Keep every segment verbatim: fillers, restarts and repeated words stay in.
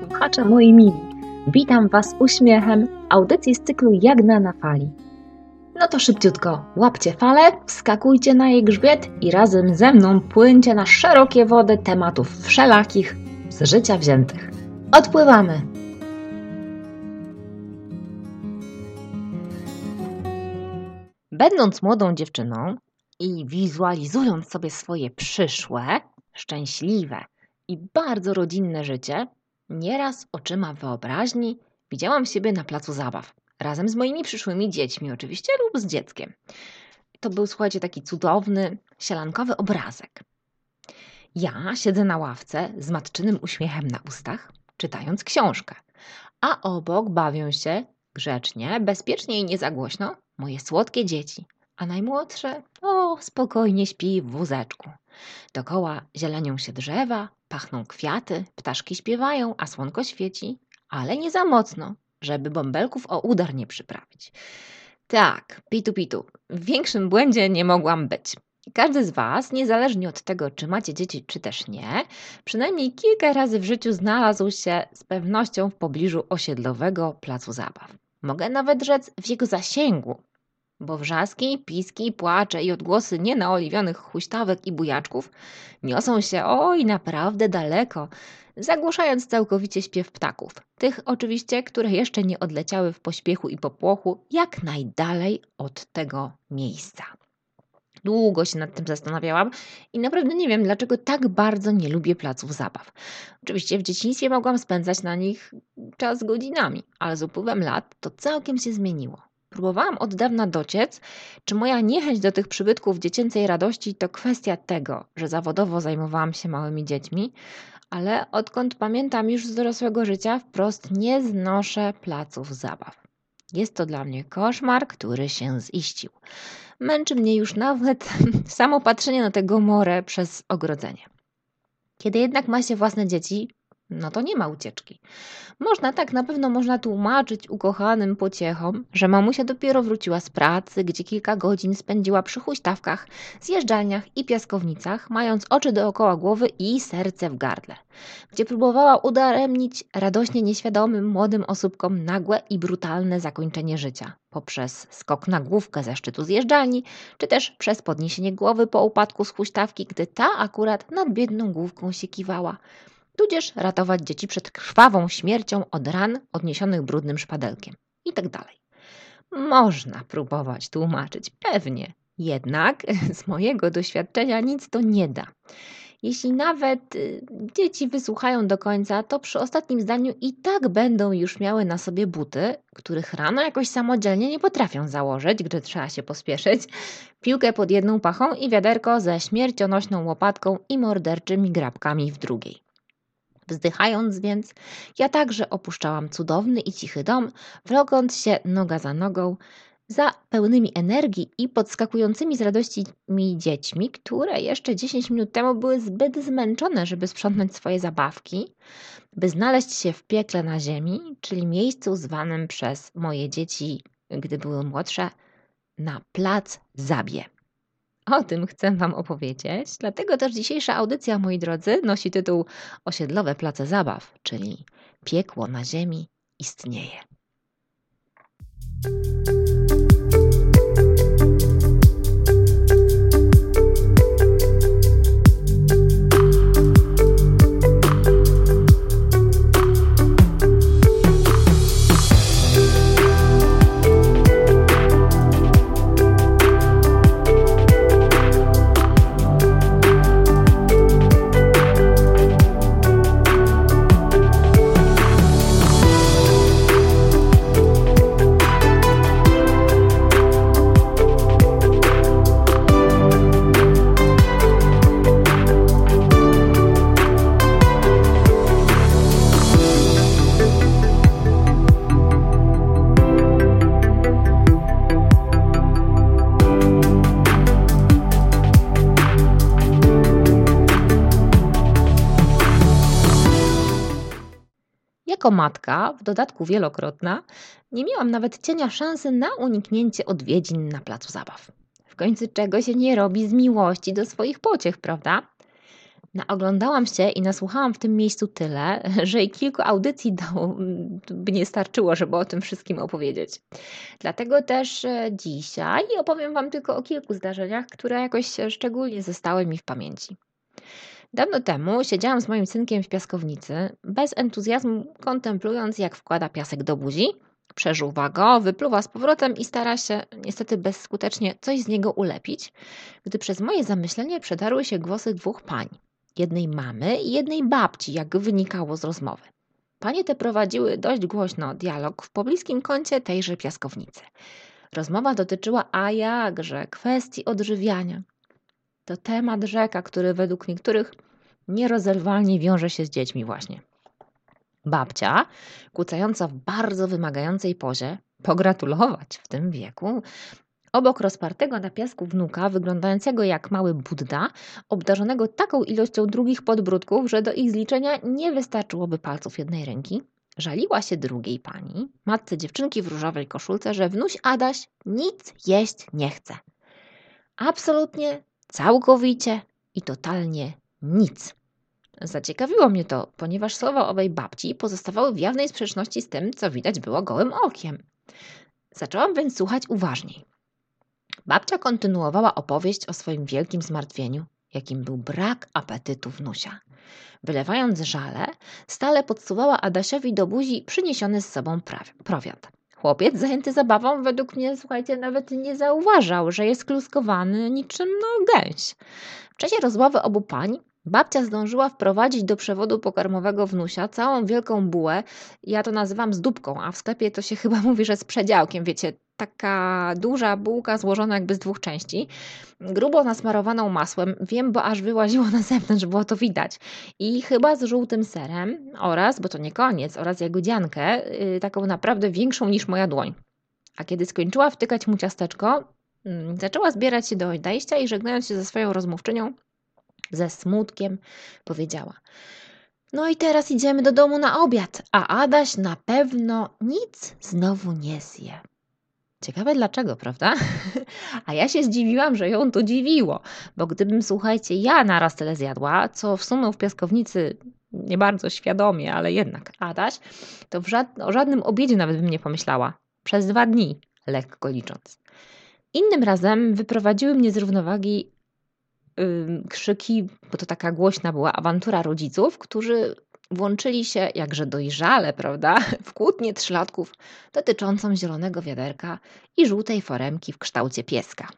słuchacze moi mili, witam Was uśmiechem audycji z cyklu Jagna na fali. No to szybciutko, łapcie falę, wskakujcie na jej grzbiet i razem ze mną płyńcie na szerokie wody tematów wszelakich z życia wziętych. Odpływamy! Będąc młodą dziewczyną i wizualizując sobie swoje przyszłe, szczęśliwe i bardzo rodzinne życie, nieraz oczyma wyobraźni widziałam siebie na placu zabaw. Razem z moimi przyszłymi dziećmi oczywiście lub z dzieckiem. To był, słuchajcie, taki cudowny, sielankowy obrazek. Ja siedzę na ławce z matczynym uśmiechem na ustach, czytając książkę, a obok bawią się grzecznie, bezpiecznie i nie za głośno moje słodkie dzieci, a najmłodsze, o, spokojnie śpi w wózeczku. Dokoła zielenią się drzewa, pachną kwiaty, ptaszki śpiewają, a słonko świeci, ale nie za mocno, żeby bąbelków o udar nie przyprawić. Tak, pitu pitu, w większym błędzie nie mogłam być. Każdy z Was, niezależnie od tego, czy macie dzieci, czy też nie, przynajmniej kilka razy w życiu znalazł się z pewnością w pobliżu osiedlowego placu zabaw. Mogę nawet rzec w jego zasięgu, bo wrzaski, piski, płacze i odgłosy nienaoliwionych huśtawek i bujaczków niosą się oj naprawdę daleko, zagłuszając całkowicie śpiew ptaków. Tych oczywiście, które jeszcze nie odleciały w pośpiechu i popłochu jak najdalej od tego miejsca. Długo się nad tym zastanawiałam i naprawdę nie wiem, dlaczego tak bardzo nie lubię placów zabaw. Oczywiście w dzieciństwie mogłam spędzać na nich czas godzinami, ale z upływem lat to całkiem się zmieniło. Próbowałam od dawna dociec, czy moja niechęć do tych przybytków dziecięcej radości to kwestia tego, że zawodowo zajmowałam się małymi dziećmi, ale odkąd pamiętam już z dorosłego życia, wprost nie znoszę placów zabaw. Jest to dla mnie koszmar, który się ziścił. Męczy mnie już nawet samo patrzenie na tę gomorę przez ogrodzenie. Kiedy jednak ma się własne dzieci, no to nie ma ucieczki. Można tak, na pewno można tłumaczyć ukochanym pociechom, że mamusia dopiero wróciła z pracy, gdzie kilka godzin spędziła przy huśtawkach, zjeżdżalniach i piaskownicach, mając oczy dookoła głowy i serce w gardle. Gdzie próbowała udaremnić radośnie nieświadomym młodym osóbkom nagłe i brutalne zakończenie życia. Poprzez skok na główkę ze szczytu zjeżdżalni, czy też przez podniesienie głowy po upadku z huśtawki, gdy ta akurat nad biedną główką się kiwała. Tudzież ratować dzieci przed krwawą śmiercią od ran odniesionych brudnym szpadelkiem i tak dalej. Można próbować tłumaczyć, pewnie, jednak z mojego doświadczenia nic to nie da. Jeśli nawet y, dzieci wysłuchają do końca, to przy ostatnim zdaniu i tak będą już miały na sobie buty, których rano jakoś samodzielnie nie potrafią założyć, gdy trzeba się pospieszyć, piłkę pod jedną pachą i wiaderko ze śmiercionośną łopatką i morderczymi grabkami w drugiej. Wzdychając więc, ja także opuszczałam cudowny i cichy dom, wlokąc się noga za nogą, za pełnymi energii i podskakującymi z radości mi dziećmi, które jeszcze dziesięć minut temu były zbyt zmęczone, żeby sprzątnąć swoje zabawki, by znaleźć się w piekle na ziemi, czyli miejscu zwanym przez moje dzieci, gdy były młodsze, na plac Zabie. O tym chcę Wam opowiedzieć, dlatego też dzisiejsza audycja, moi drodzy, nosi tytuł Osiedlowe place zabaw, czyli piekło na ziemi istnieje. Jako matka, w dodatku wielokrotna, nie miałam nawet cienia szansy na uniknięcie odwiedzin na placu zabaw. W końcu czego się nie robi z miłości do swoich pociech, prawda? Naoglądałam się i nasłuchałam w tym miejscu tyle, że i kilku audycji dało, by nie starczyło, żeby o tym wszystkim opowiedzieć. Dlatego też e, dzisiaj opowiem Wam tylko o kilku zdarzeniach, które jakoś e, szczególnie zostały mi w pamięci. Dawno temu siedziałam z moim synkiem w piaskownicy, bez entuzjazmu kontemplując, jak wkłada piasek do buzi, przeżuwa go, wypluwa z powrotem i stara się, niestety bezskutecznie, coś z niego ulepić, gdy przez moje zamyślenie przedarły się głosy dwóch pań, jednej mamy i jednej babci, jak wynikało z rozmowy. Panie te prowadziły dość głośno dialog w pobliskim kącie tejże piaskownicy. Rozmowa dotyczyła, a jakże, kwestii odżywiania. To temat rzeka, który według niektórych nierozerwalnie wiąże się z dziećmi właśnie. Babcia, kucająca w bardzo wymagającej pozie, pogratulować w tym wieku, obok rozpartego na piasku wnuka, wyglądającego jak mały Budda, obdarzonego taką ilością drugich podbródków, że do ich zliczenia nie wystarczyłoby palców jednej ręki, żaliła się drugiej pani, matce dziewczynki w różowej koszulce, że wnuś Adaś nic jeść nie chce. Absolutnie, całkowicie i totalnie nic. Zaciekawiło mnie to, ponieważ słowa owej babci pozostawały w jawnej sprzeczności z tym, co widać było gołym okiem. Zaczęłam więc słuchać uważniej. Babcia kontynuowała opowieść o swoim wielkim zmartwieniu, jakim był brak apetytu wnusia. Wylewając żale, stale podsuwała Adasiowi do buzi przyniesiony z sobą prowiant. Chłopiec, zajęty zabawą, według mnie, słuchajcie, nawet nie zauważał, że jest kluskowany niczym no gęś. W czasie rozmowy obu pań babcia zdążyła wprowadzić do przewodu pokarmowego wnusia całą wielką bułę, ja to nazywam zdóbką, a w sklepie to się chyba mówi, że z przedziałkiem, wiecie, taka duża bułka złożona jakby z dwóch części, grubo nasmarowaną masłem, wiem, bo aż wyłaziło na zewnątrz, było to widać, i chyba z żółtym serem oraz, bo to nie koniec, oraz jagodziankę, yy, taką naprawdę większą niż moja dłoń. A kiedy skończyła wtykać mu ciasteczko, yy, zaczęła zbierać się do odejścia i żegnając się ze swoją rozmówczynią, ze smutkiem powiedziała: no i teraz idziemy do domu na obiad, a Adaś na pewno nic znowu nie zje. Ciekawe dlaczego, prawda? A ja się zdziwiłam, że ją to dziwiło, bo gdybym, słuchajcie, ja naraz tyle zjadła, co wsunął w piaskownicy nie bardzo świadomie, ale jednak Adaś, to w żad- o żadnym obiedzie nawet bym nie pomyślała. Przez dwa dni, lekko licząc. Innym razem wyprowadziły mnie z równowagi krzyki, bo to taka głośna była awantura rodziców, którzy włączyli się, jakże dojrzale, prawda, w kłótnię trzylatków dotyczącą zielonego wiaderka i żółtej foremki w kształcie pieska.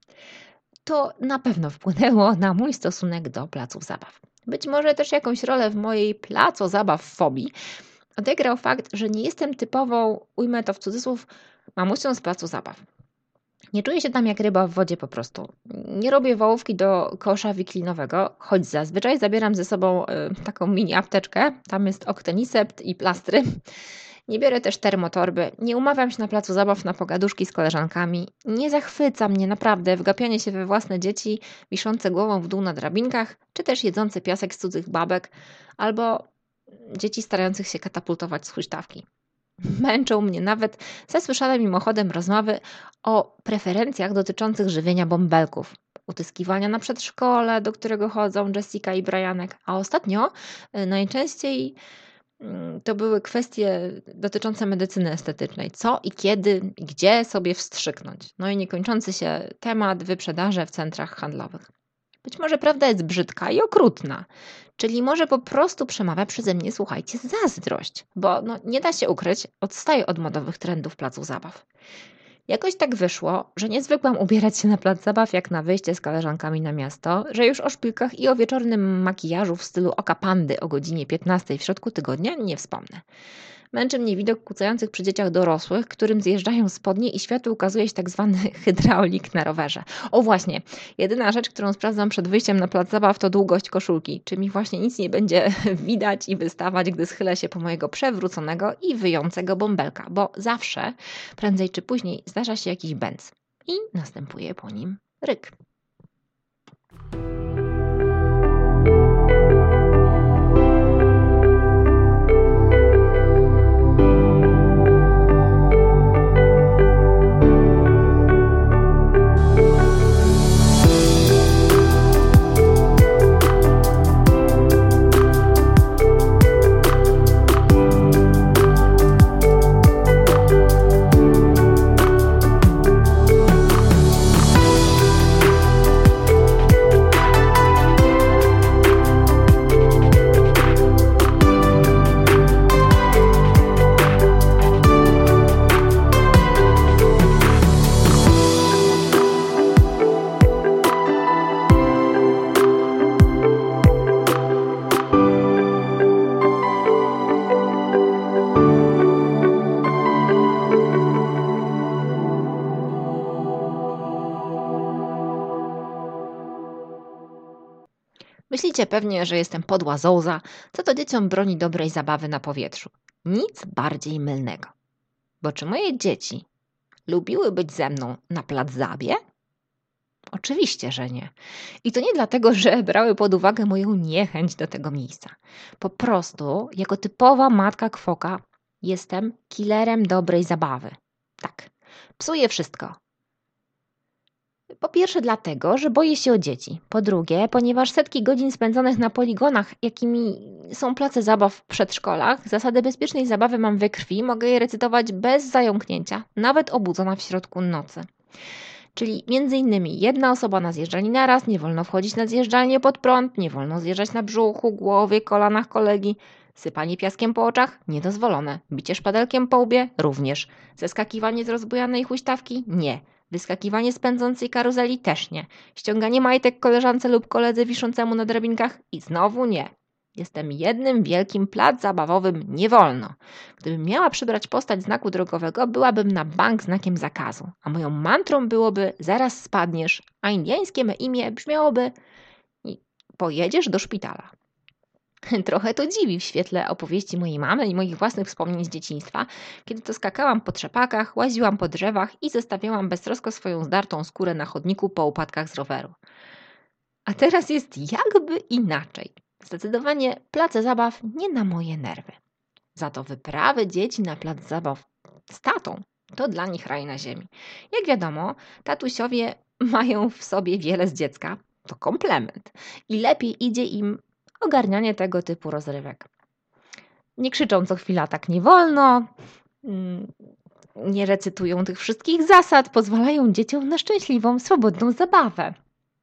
To na pewno wpłynęło na mój stosunek do placów zabaw. Być może też jakąś rolę w mojej placo zabaw fobii odegrał fakt, że nie jestem typową, ujmę to w cudzysłów, mamusią z placu zabaw. Nie czuję się tam jak ryba w wodzie po prostu. Nie robię wołówki do kosza wiklinowego, choć zazwyczaj zabieram ze sobą y, taką mini apteczkę. Tam jest oktenisept i plastry. Nie biorę też termotorby. Nie umawiam się na placu zabaw na pogaduszki z koleżankami. Nie zachwyca mnie naprawdę wgapianie się we własne dzieci, wiszące głową w dół na drabinkach, czy też jedzące piasek z cudzych babek, albo dzieci starających się katapultować z huśtawki. Męczą mnie nawet zasłyszane mimochodem rozmowy o preferencjach dotyczących żywienia bąbelków, utyskiwania na przedszkole, do którego chodzą Jessica i Brianek, a ostatnio y, najczęściej y, to były kwestie dotyczące medycyny estetycznej. Co i kiedy, i gdzie sobie wstrzyknąć. No i niekończący się temat wyprzedaży w centrach handlowych. Być może prawda jest brzydka i okrutna, czyli może po prostu przemawia przeze mnie, słuchajcie, zazdrość, bo no, nie da się ukryć, odstaję od modowych trendów placów zabaw. Jakoś tak wyszło, że nie zwykłam ubierać się na plac zabaw jak na wyjście z koleżankami na miasto, że już o szpilkach i o wieczornym makijażu w stylu oka pandy o godzinie piętnastej w środku tygodnia nie wspomnę. Męczy mnie widok kucających przy dzieciach dorosłych, którym zjeżdżają spodnie i światu ukazuje się tak zwany hydraulik na rowerze. O właśnie, jedyna rzecz, którą sprawdzam przed wyjściem na plac zabaw, to długość koszulki. Czy mi właśnie nic nie będzie widać i wystawać, gdy schylę się po mojego przewróconego i wyjącego bąbelka, bo zawsze, prędzej czy później, zdarza się jakiś bęc i następuje po nim ryk. Myślicie pewnie, że jestem podła zołza, co to dzieciom broni dobrej zabawy na powietrzu. Nic bardziej mylnego. Bo czy moje dzieci lubiły być ze mną na plac Zabie? Oczywiście, że nie. I to nie dlatego, że brały pod uwagę moją niechęć do tego miejsca. Po prostu, jako typowa matka kwoka, jestem killerem dobrej zabawy. Tak, psuję wszystko. Po pierwsze dlatego, że boję się o dzieci. Po drugie, ponieważ setki godzin spędzonych na poligonach, jakimi są place zabaw w przedszkolach, zasady bezpiecznej zabawy mam we krwi, mogę je recytować bez zająknięcia, nawet obudzona w środku nocy. Czyli między innymi jedna osoba na zjeżdżalni naraz, nie wolno wchodzić na zjeżdżalnię pod prąd, nie wolno zjeżdżać na brzuchu, głowie, kolanach kolegi, sypanie piaskiem po oczach niedozwolone, bicie szpadelkiem po łbie również, zeskakiwanie z rozbujanej huśtawki nie, wyskakiwanie z pędzącej karuzeli też nie, ściąganie majtek koleżance lub koledze wiszącemu na drabinkach i znowu nie. Jestem jednym wielkim plac zabawowym nie wolno. Gdybym miała przybrać postać znaku drogowego, byłabym na bank znakiem zakazu, a moją mantrą byłoby zaraz spadniesz, a indyjskie me imię brzmiałoby pojedziesz do szpitala. Trochę to dziwi w świetle opowieści mojej mamy i moich własnych wspomnień z dzieciństwa, kiedy to skakałam po trzepakach, łaziłam po drzewach i zostawiałam beztrosko swoją zdartą skórę na chodniku po upadkach z roweru. A teraz jest jakby inaczej. Zdecydowanie place zabaw nie na moje nerwy. Za to wyprawy dzieci na plac zabaw z tatą to dla nich raj na ziemi. Jak wiadomo, tatusiowie mają w sobie wiele z dziecka. To komplement. I lepiej idzie im ogarnianie tego typu rozrywek. Nie krzyczą co chwila tak nie wolno, nie recytują tych wszystkich zasad, pozwalają dzieciom na szczęśliwą, swobodną zabawę.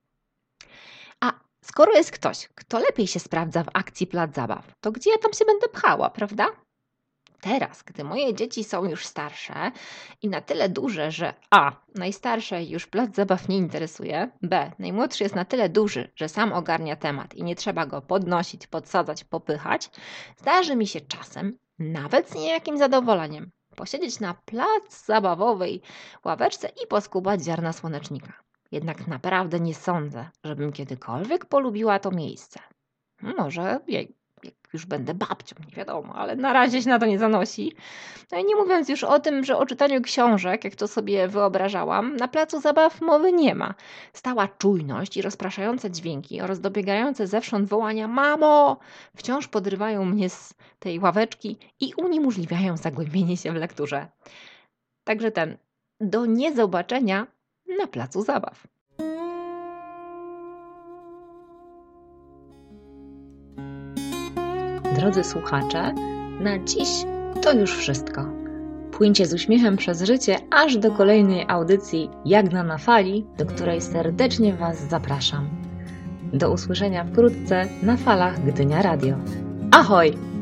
A skoro jest ktoś, kto lepiej się sprawdza w akcji plac zabaw, to gdzie ja tam się będę pchała, prawda? Teraz, gdy moje dzieci są już starsze i na tyle duże, że a. najstarszej już plac zabaw nie interesuje, b. najmłodszy jest na tyle duży, że sam ogarnia temat i nie trzeba go podnosić, podsadzać, popychać, zdarzy mi się czasem, nawet z niejakim zadowoleniem, posiedzieć na plac zabawowej ławeczce i poskubać ziarna słonecznika. Jednak naprawdę nie sądzę, żebym kiedykolwiek polubiła to miejsce. Może jej. Jak już będę babcią, nie wiadomo, ale na razie się na to nie zanosi. No i nie mówiąc już o tym, że o czytaniu książek, jak to sobie wyobrażałam, na placu zabaw mowy nie ma. Stała czujność i rozpraszające dźwięki oraz dobiegające zewsząd wołania mamo wciąż podrywają mnie z tej ławeczki i uniemożliwiają zagłębienie się w lekturze. Także ten, do niezobaczenia na placu zabaw. Drodzy słuchacze, na dziś to już wszystko. Płyńcie z uśmiechem przez życie aż do kolejnej audycji Jagna na fali, do której serdecznie Was zapraszam. Do usłyszenia wkrótce na falach Gdynia Radio. Ahoj!